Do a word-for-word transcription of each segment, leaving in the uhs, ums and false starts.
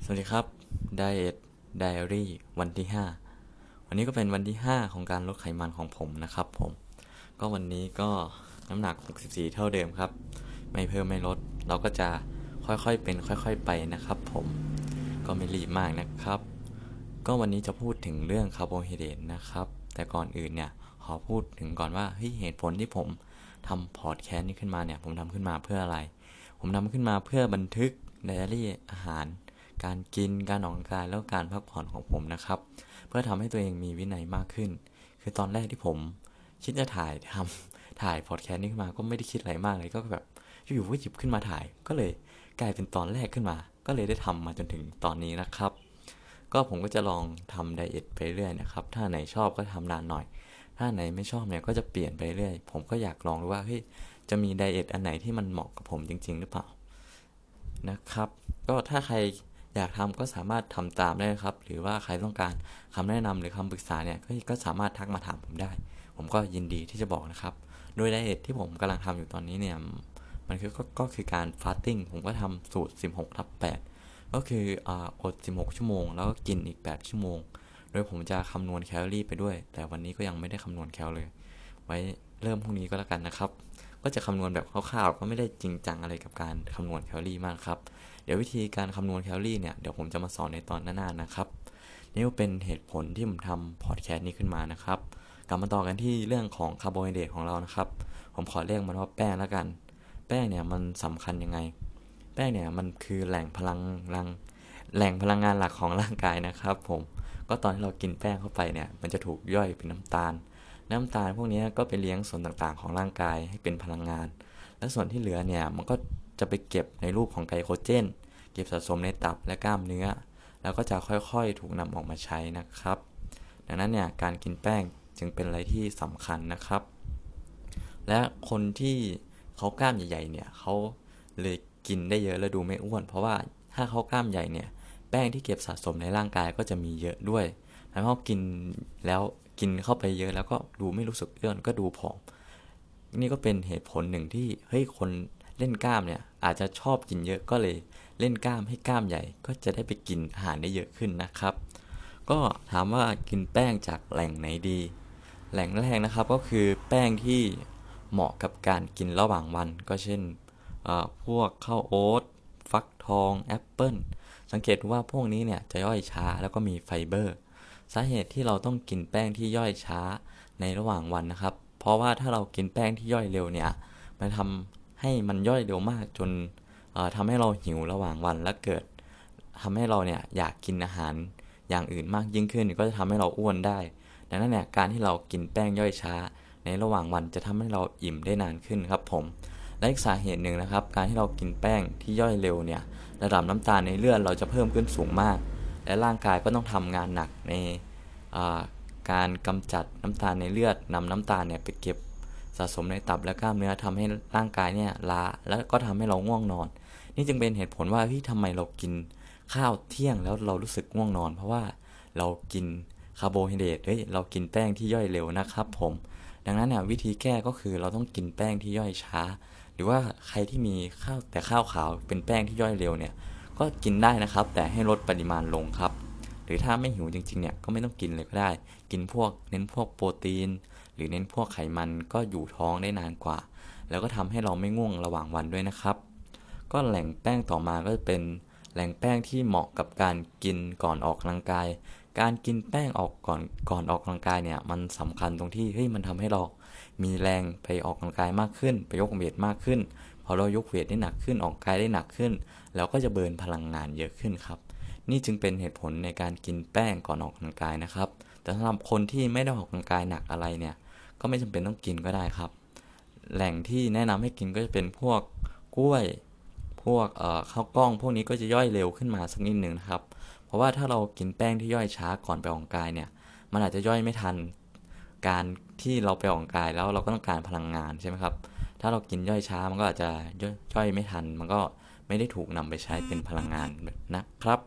วัสดีครับ Diet Diary วันที่ห้าวันนี้ก็เป็นวันที่ห้าของการลดไขมันของผมนะครับผมก็วันนี้ก็น้ำหนักหกสิบสี่เท่าเดิมครับไม่เพิ่มไม่ลดเราก็จะค่อยๆเป็นค่อยๆไปนะครับผมก็ไม่รีบมากนะครับก็วันนี้จะพูดถึงเรื่องคาร์โบไฮเดรตนะครับแต่ก่อนอื่นเนี่ยขอพูดถึงก่อนว่าเฮ้ยเหตุผลที่ผมทำพอดแคสต์นี้ขึ้นมาเนี่ยผมทำขึ้นมาเพื่ออะไรผมทำขึ้นมาเพื่อบันทึกไดอารี่อาหารการกินการออกกำลังกายแล้วการพักผ่อนของผมนะครับเพื่อทำให้ตัวเองมีวินัยมากขึ้นคือตอนแรกที่ผมคิดจะถ่ายทำถ่ายพอดแคสต์นี้ขึ้นมาก็ไม่ได้คิดอะไรมากเลยก็แบบอยู่ๆก็หยิบขึ้นมาถ่ายก็เลยกลายเป็นตอนแรกขึ้นมาก็เลยได้ทำมาจนถึงตอนนี้นะครับก็ผมก็จะลองทำไดเอทไปเรื่อยนะครับถ้าไหนชอบก็ทำนานหน่อยถ้าไหนไม่ชอบเนี่ยก็จะเปลี่ยนไปเรื่อยผมก็อยากลองดูว่าเฮ้ยจะมีไดเอทอันไหนที่มันเหมาะกับผมจริงๆหรือเปล่านะครับก็ถ้าใครอยากทำก็สามารถทำตามได้ครับหรือว่าใครต้องการคำแนะนำหรือคำปรึกษาเนี่ยก็ก็สามารถทักมาถามผมได้ผมก็ยินดีที่จะบอกนะครับโดยไดเอทที่ผมกำลังทำอยู่ตอนนี้เนี่ยมันคือก็ก็คือการฟาสติ้งผมก็ทำสูตรสิบหกทับแปดก็คืออ่าอดสิบหกชั่วโมงแล้วก็กินอีกแปดชั่วโมงโดยผมจะคำนวณแคลอรี่ไปด้วยแต่วันนี้ก็ยังไม่ได้คำนวณแคลเลยไว้เริ่มพรุ่งนี้ก็แล้วกันนะครับก็จะคำนวณแบบคร่าวๆก็ไม่ได้จริงจังอะไรกับการคำนวณแคลอรี่มากครับเดี๋ยววิธีการคำนวณแคลอรี่เนี่ยเดี๋ยวผมจะมาสอนในตอนหน้าๆนะครับนี่ก็เป็นเหตุผลที่ผมทำพอดแคสต์นี้ขึ้นมานะครับกลับมาต่อกันที่เรื่องของคาร์โบไฮเดรตของเรานะครับผมขอเรียกมันว่าแป้งแล้วกันแป้งเนี่ยมันสำคัญยังไงแป้งเนี่ยมันคือแหล่งพลังรังแหล่งพลังงานหลักของร่างกายนะครับผมก็ตอนที่เรากินแป้งเข้าไปเนี่ยมันจะถูกย่อยเป็นน้ำตาลน้ำตาลพวกนี้ก็ไปเลี้ยงส่วนต่างๆของร่างกายให้เป็นพลังงานและส่วนที่เหลือเนี่ยมันก็จะไปเก็บในรูปของไกลโคเจนเก็บสะสมในตับและกล้ามเนื้อแล้วก็จะค่อยๆถูกนำออกมาใช้นะครับดังนั้นเนี่ยการกินแป้งจึงเป็นอะไรที่สำคัญนะครับและคนที่เขากล้ามใหญ่ๆเนี่ยเขาเลยกินได้เยอะและดูไม่อ้วนเพราะว่าถ้าเขากล้ามใหญ่เนี่ยแป้งที่เก็บสะสมในร่างกายก็จะมีเยอะด้วยแล้วเขากินแล้วกินเข้าไปเยอะแล้วก็ดูไม่รู้สึกอ้วนก็ดูผอมนี่ก็เป็นเหตุผลหนึ่งที่เฮ้ยคนเล่นกล้ามเนี่ยอาจจะชอบกินเยอะก็เลยเล่นกล้ามให้กล้ามใหญ่ก็จะได้ไปกินอาหารได้เยอะขึ้นนะครับก็ถามว่ากินแป้งจากแหล่งไหนดีแหล่งแรกนะครับก็คือแป้งที่เหมาะกับการกินระหว่างวันก็เช่นพวกข้าวโอ๊ตฟักทองแอปเปิลสังเกตว่าพวกนี้เนี่ยจะย่อยช้าแล้วก็มีไฟเบอร์สาเหตุที่เราต้องกินแป้งที่ย่อยช้าในระหว่างวันนะครับเพราะว่าถ้าเรากินแป้งที่ย่อยเร็วเนี่ยมันทำให้มันย่อยเร็วมากจนทำให้เราหิวระหว่างวันและเกิดทำให้เราเนี่ยอยากกินอาหารอย่างอื่นมากยิ่งขึ้นก็จะทำให้เราอ้วนได้ดังนั้นเนี่ยการที่เรากินแป้งย่อยช้าในระหว่างวันจะทำให้เราอิ่มได้นานขึ้นครับผมและอีกสาเหตุหนึ่งนะครับการที่เรากินแป้งที่ย่อยเร็วเนี่ยระดับน้ำตาลในเลือดเราจะเพิ่มขึ้นสูงมากและร่างกายก็ต้องทำงานหนักในการกำจัดน้ำตาลในเลือดนำน้ำตาลเนี่ยไปเก็บสะสมในตับและกล้ามเนื้อทำให้ร่างกายเนี่ยล้าแล้วก็ทำให้เราง่วงนอนนี่จึงเป็นเหตุผลว่าที่ทำไมเรากินข้าวเที่ยงแล้วเรารู้สึกง่วงนอนเพราะว่าเรากินคาร์โบไฮเดรตเฮ้ยเรากินแป้งที่ย่อยเร็วนะครับผมดังนั้นเนี่ยวิธีแก้ก็คือเราต้องกินแป้งที่ย่อยช้าหรือว่าใครที่มีข้าวแต่ข้าวขาวเป็นแป้งที่ย่อยเร็วเนี่ยก็กินได้นะครับแต่ให้ลดปริมาณลงครับหรือถ้าไม่หิวจริงๆเนี่ยก็ไม่ต้องกินเลยก็ได้กินพวกเน้นพวกโปรตีนหรือเน้นพวกไขมันก็อยู่ท้องได้นานกว่าแล้วก็ทำให้เราไม่ง่วงระหว่างวันด้วยนะครับก็แหล่งแป้งต่อมาก็จะเป็นแหล่งแป้งที่เหมาะกับการกินก่อนออกกำลังกายการกินแป้งออกก่อนก่อนออกกำลังกายเนี่ยมันสำคัญตรงที่เฮ้ยมันทำให้เรามีแรงไปออกกำลังกายมากขึ้นไปยกเวทมากขึ้นพอเรายกเวทได้หนักขึ้นออกกายได้หนักขึ้นเราก็จะเบิร์นพลังงานเยอะขึ้นครับนี่จึงเป็นเหตุผลในการกินแป้งก่อนออกกำลังกายนะครับแต่สำหรับคนที่ไม่ได้ออกกำลังกายหนักอะไรเนี่ยก็ไม่จำเป็นต้องกินก็ได้ครับแหล่งที่แนะนำให้กินก็จะเป็นพวกกล้วยพวกเอ่อข้าวกล้องพวกนี้ก็จะย่อยเร็วขึ้นมาสักนิดหนึ่งนะครับเพราะว่าถ้าเรากินแป้งที่ย่อยช้าก่อนไปออกกำลังกายเนี่ยมันอาจจะย่อยไม่ทันการที่เราไปออกกำลังกายแล้วเราก็ต้องการพลังงานใช่ไหมครับถ้าเรากินย่อยช้ามันก็อาจจะย่อยไม่ทันมันก็ไม่ได้ถูกนำไปใช้เป็นพลังงานนะครับ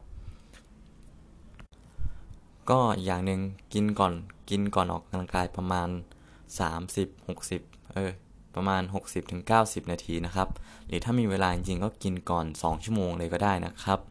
ก็อย่างหนึ่งกินก่อนกินก่อนออกกำลังกายประมาณสามสิบ หกสิบเออประมาณหกสิบถึงเก้าสิบนาทีนะครับหรือถ้ามีเวลาจริงๆก็กินก่อนสองชั่วโมงเลยก็ได้นะครับ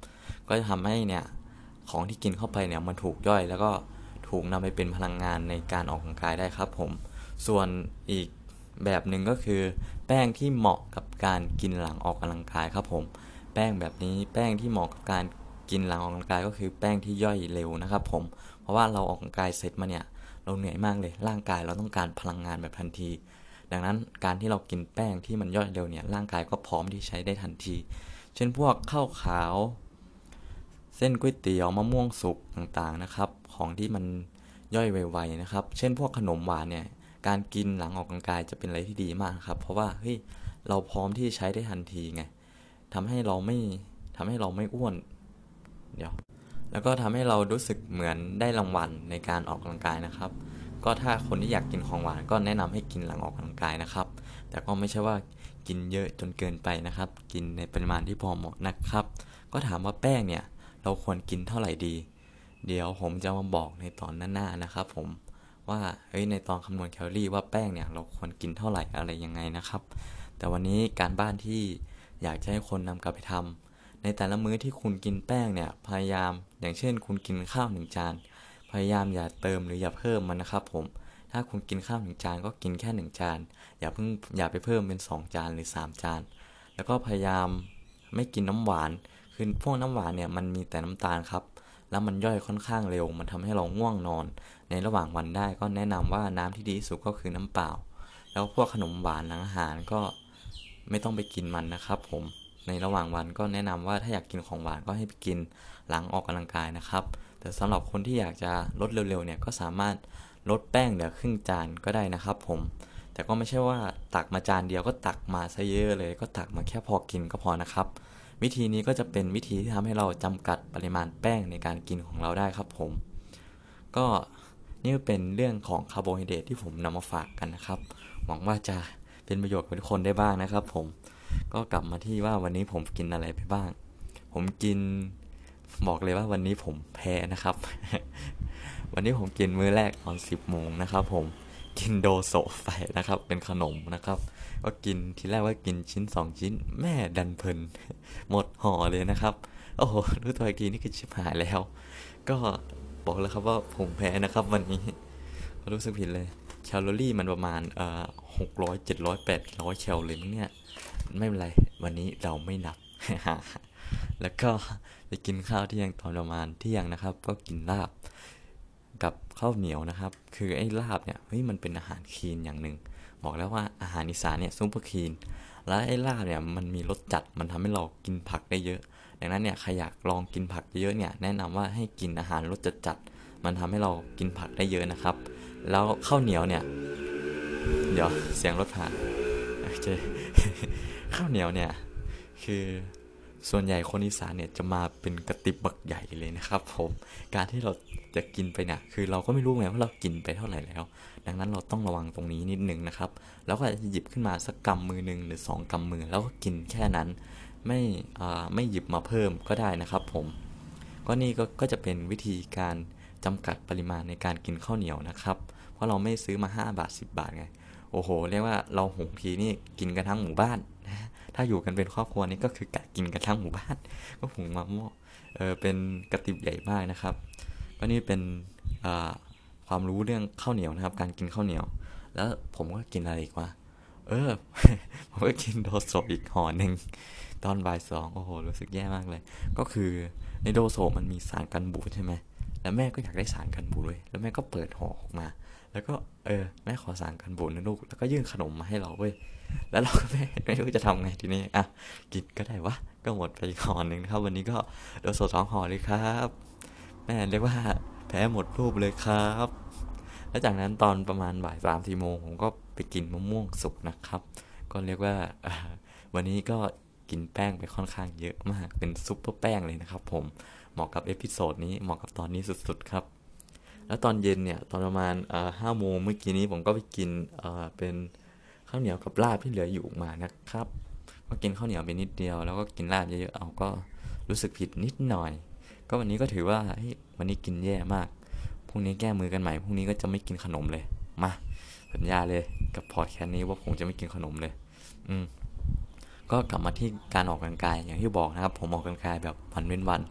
ก็จะทำให้เนี่ยของที่กินเข้าไปเนี่ยมันถูกย่อยแล้วก็ถูกนำไปเป็นพลังงานในการออกกำลังกายได้ครับผมส่วนอีกแบบหนึ่งก็คือแป้งที่เหมาะกับการกินหลังออกกำลังกายครับผมแป้งแบบนี้แป้งที่เหมาะกับการกินหลังออกกำลังกายก็คือแป้งที่ย่อยเร็วนะครับผมเพราะว่าเราออกกำลังกายเสร็จมาเนี่ยเราเหนื่อยมากเลยร่างกายเราต้องการพลังงานแบบทันทีดังนั้นการที่เรากินแป้งที่มันย่อยเร็วเนี่ยร่างกายก็พร้อมที่ใช้ได้ทันทีเช่นพวกข้าวขาวเส้นก๋วยเตี๋ยวมะม่วงสุกต่างๆนะครับของที่มันย่อยไวๆนะครับเช่นพวกขนมหวานเนี่ยการกินหลังออกกำลังกายจะเป็นอะไรที่ดีมากครับเพราะว่าเฮ้ยเราพร้อมที่ใช้ได้ทันทีไงทำให้เราไม่ทำให้เราไม่อ้วนเดี๋ยวแล้วก็ทำให้เรารู้สึกเหมือนได้รางวัลในการออกกำลังกายนะครับก็ถ้าคนที่อยากกินของหวานก็แนะนำให้กินหลังออกกำลังกายนะครับแต่ก็ไม่ใช่ว่ากินเยอะจนเกินไปนะครับกินในปริมาณที่พอเหมาะนะครับก็ถามว่าแป้งเนี่ยเราควรกินเท่าไหร่ดีเดี๋ยวผมจะมาบอกในตอนหน้าๆนะครับผมว่าเฮ้ยในตอนคำนวณแคลอรี่ว่าแป้งเนี่ยเราควรกินเท่าไหร่อะไรยังไงนะครับแต่วันนี้การบ้านที่อยากจะให้คนนำกลับไปทำในแต่ละมื้อที่คุณกินแป้งเนี่ยพยายามอย่างเช่นคุณกินข้าวหนึ่งจานพยายามอย่าเติมหรืออย่าเพิ่มมันนะครับผมถ้าคุณกินข้าวหนึ่งจานก็กินแค่หนึ่งจานอย่าเพิ่งอย่าไปเพิ่มเป็นสองจานหรือสามจานแล้วก็พยายามไม่กินน้ำหวานคือพวกน้ำหวานเนี่ยมันมีแต่น้ำตาลครับแล้วมันย่อยค่อนข้างเร็วมันทำให้เราง่วงนอนในระหว่างวันได้ก็แนะนำว่าน้ำที่ดีที่สุดก็คือน้ำเปล่าแล้วพวกขนมหวานหลังอาหารก็ไม่ต้องไปกินมันนะครับผมในระหว่างวันก็แนะนำว่าถ้าอยากกินของหวานก็ให้ไปกินหลังออกกำลังกายนะครับแต่สำหรับคนที่อยากจะลดเร็วๆเนี่ยก็สามารถลดแป้งเหลือครึ่งจานก็ได้นะครับผมแต่ก็ไม่ใช่ว่าตักมาจานเดียวก็ตักมาซะเยอะเลยก็ตักมาแค่พอกินก็พอนะครับวิธีนี้ก็จะเป็นวิธีที่ทำให้เราจำกัดปริมาณแป้งในการกินของเราได้ครับผมก็นี่เป็นเรื่องของคาร์โบไฮเดรตที่ผมนำมาฝากกันนะครับหวังว่าจะเป็นประโยชน์กับทุกคนได้บ้างนะครับผมก็กลับมาที่ว่าวันนี้ผมกินอะไรไปบ้างผมกินบอกเลยว่าวันนี้ผมแพ้นะครับ วันนี้ผมกินมื้อแรกตอนสิบโมงนะครับผมกินโดโซไปนะครับเป็นขนมนะครับก็กินทีแรกว่ากินชิ้นสองชิ้นแม่ดันเพลินหมดห่อเลยนะครับโอ้โหรู้ตัวอีกทีนี่คือชิบหายแล้วก็บอกเลยครับว่าผมแพ้นะครับวันนี้รู้สึกผิดเลยแคลอรี่มันประมาณเอ่อหกร้อยเจ็ดร้อยแปดร้อยแคลเลยมั้งเนี่ยไม่เป็นไรวันนี้เราไม่นับ แล้วก็ไปกินข้าวเที่ยงตอนประมาณเที่ยงนะครับก็กินลาบกับข้าวเหนียวนะครับคือไอ้ลาบเนี่ยเฮ้ยมันเป็นอาหารคลีนอย่างหนึ่งบอกแล้วว่าอาหารอีสานเนี่ยซุปเปอร์คลีนแล้วไอ้ลาบเนี่ยมันมีรสจัดมันทำให้เรากินผักได้เยอะดังนั้นเนี่ยใครอยากลองกินผักเยอะเนี่ยแนะนำว่าให้กินอาหารรสจัดๆมันทำให้เรากินผักได้เยอะนะครับแล้วข้าวเหนียวเนี่ยเดี๋ยวเสียงรถผ่านโอเค ข้าวเหนียวเนี่ยคือส่วนใหญ่คนอีสานเนี่ยจะมาเป็นกระติบบักใหญ่เลยนะครับผมการที่เราจะกินไปเนี่ยคือเราก็ไม่รู้ไงว่าเรากินไปเท่าไหร่แล้วดังนั้นเราต้องระวังตรงนี้นิดนึงนะครับแล้วก็จะหยิบขึ้นมาสักกำมือหนึ่งหรือสองกำมือแล้วก็กินแค่นั้นไม่อ่าไม่หยิบมาเพิ่มก็ได้นะครับผมก็นี่ก็ก็จะเป็นวิธีการจำกัดปริมาณในการกินข้าวเหนียวนะครับเพราะเราไม่ซื้อมาห้าบาทสิบบาทไงโอ้โหเรียกว่าเราหุงทีนี่กินกันทั้งหมู่บ้านถ้าอยู่กันเป็นครอบครัวนี่ก็คือกะกินกันทั้งหมู่บ้านก็หุงมาหม้อเออเป็นกระติบใหญ่มากนะครับก็นี่เป็นความรู้เรื่องข้าวเหนียวนะครับการกินข้าวเหนียวแล้วผมก็กินอะไรอีกวะเออ ผมก็กินโดโซอีกห่อหนึ่งตอนบ่ายสองโอ้โหรู้สึกแย่มากเลยก็คือในโดโซมันมีสารกันบูดใช่ไหมแล้วแม่ก็อยากได้สารกันบูดเลยแล้วแม่ก็เปิดห่อออกมาแล้วก็เออแม่ขอสารกันบูดนะลูกแล้วก็ยื่นขนมมาให้เราเว้ยแล้วเราก็ไม่ไม่รู้จะทำไงทีนี้อ่ะกินก็ได้วะก็หมดไปอีกห่อหนึ่งนะครับวันนี้ก็โดโซสองห่อเลยครับแม่เรียกว่าแพ้หมดรูปเลยครับแล้วจากนั้นตอนประมาณบ่ายสามสี่โมงผมก็ไปกินมะม่วงสุกนะครับก็เรียกว่าวันนี้ก็กินแป้งไปค่อนข้างเยอะมากเป็นซุปเปอร์แป้งเลยนะครับผมเหมาะกับเอพิโซดนี้เหมาะกับตอนนี้สุดๆครับแล้วตอนเย็นเนี่ยตอนประมาณห้าโมงเมื่อกี้นี้ผมก็ไปกินเป็นข้าวเหนียวกับลาบที่เหลืออยู่มานะครับก็กินข้าวเหนียวไปนิดเดียวแล้วก็กินลาบเยอะๆเอาก็รู้สึกผิดนิดหน่อยก็วันนี้ก็ถือว่าวันนี้กินแย่มากพรุ่งนี้แก้มือกันใหม่พรุ่งนี้ก็จะไม่กินขนมเลยมาสัญญาเลยกับพอดแคสต์นี้ว่าผมจะไม่กินขนมเลยอืมก็กลับมาที่การออกกำลังกายอย่างที่บอกนะครับผมออกกำลังกายแบบวันเว้นวัน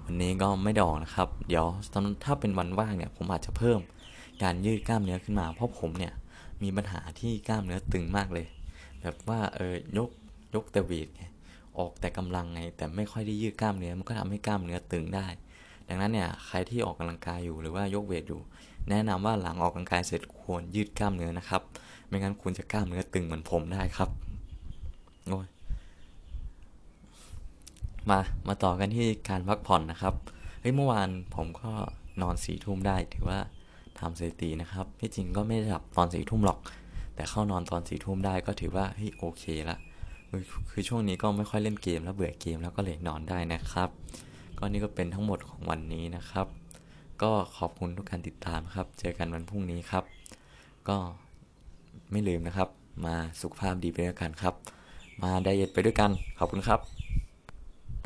วันนี้ก็ไม่ได้ออกนะครับเดี๋ยวถ้าเป็นวันว่างเนี่ยผมอาจจะเพิ่มการยืดกล้ามเนื้อขึ้นมาเพราะผมเนี่ยมีปัญหาที่กล้ามเนื้อตึงมากเลยแบบว่าเออยกยกแต่เวทไงออกแต่กำลังไงแต่ไม่ค่อยได้ยืดกล้ามเนื้อมันก็ทำให้กล้ามเนื้อตึงได้ดังนั้นเนี่ยใครที่ออกกำลังกายอยู่หรือว่ายกเวทอยู่แนะนำว่าหลังออกกำลังกายเสร็จควรยืดกล้ามเนื้อนะครับไม่งั้นคุณจะกล้ามเนื้อตึงเหมือนผมได้ครับโอ้ยมามาต่อกันที่การพักผ่อนนะครับเฮ้ยเมื่อวานผมก็นอนสี่ทุ่มได้ถือว่าทำสถิตินะครับที่จริงก็ไม่ได้หลับตอนสี่ทุ่มหรอกแต่เข้านอนตอนสี่ทุ่มได้ก็ถือว่าเฮ้ยโอเคละคือคือช่วงนี้ก็ไม่ค่อยเล่นเกมแล้วเบื่อเกมแล้วก็เลยนอนได้นะครับก็นี่ก็เป็นทั้งหมดของวันนี้นะครับก็ขอบคุณทุกการติดตามครับเจอกันวันพรุ่งนี้ครับก็ไม่ลืมนะครับมาสุขภาพดีไปด้วยกันครับมาไดเอทไปด้วยกันขอบคุณครับ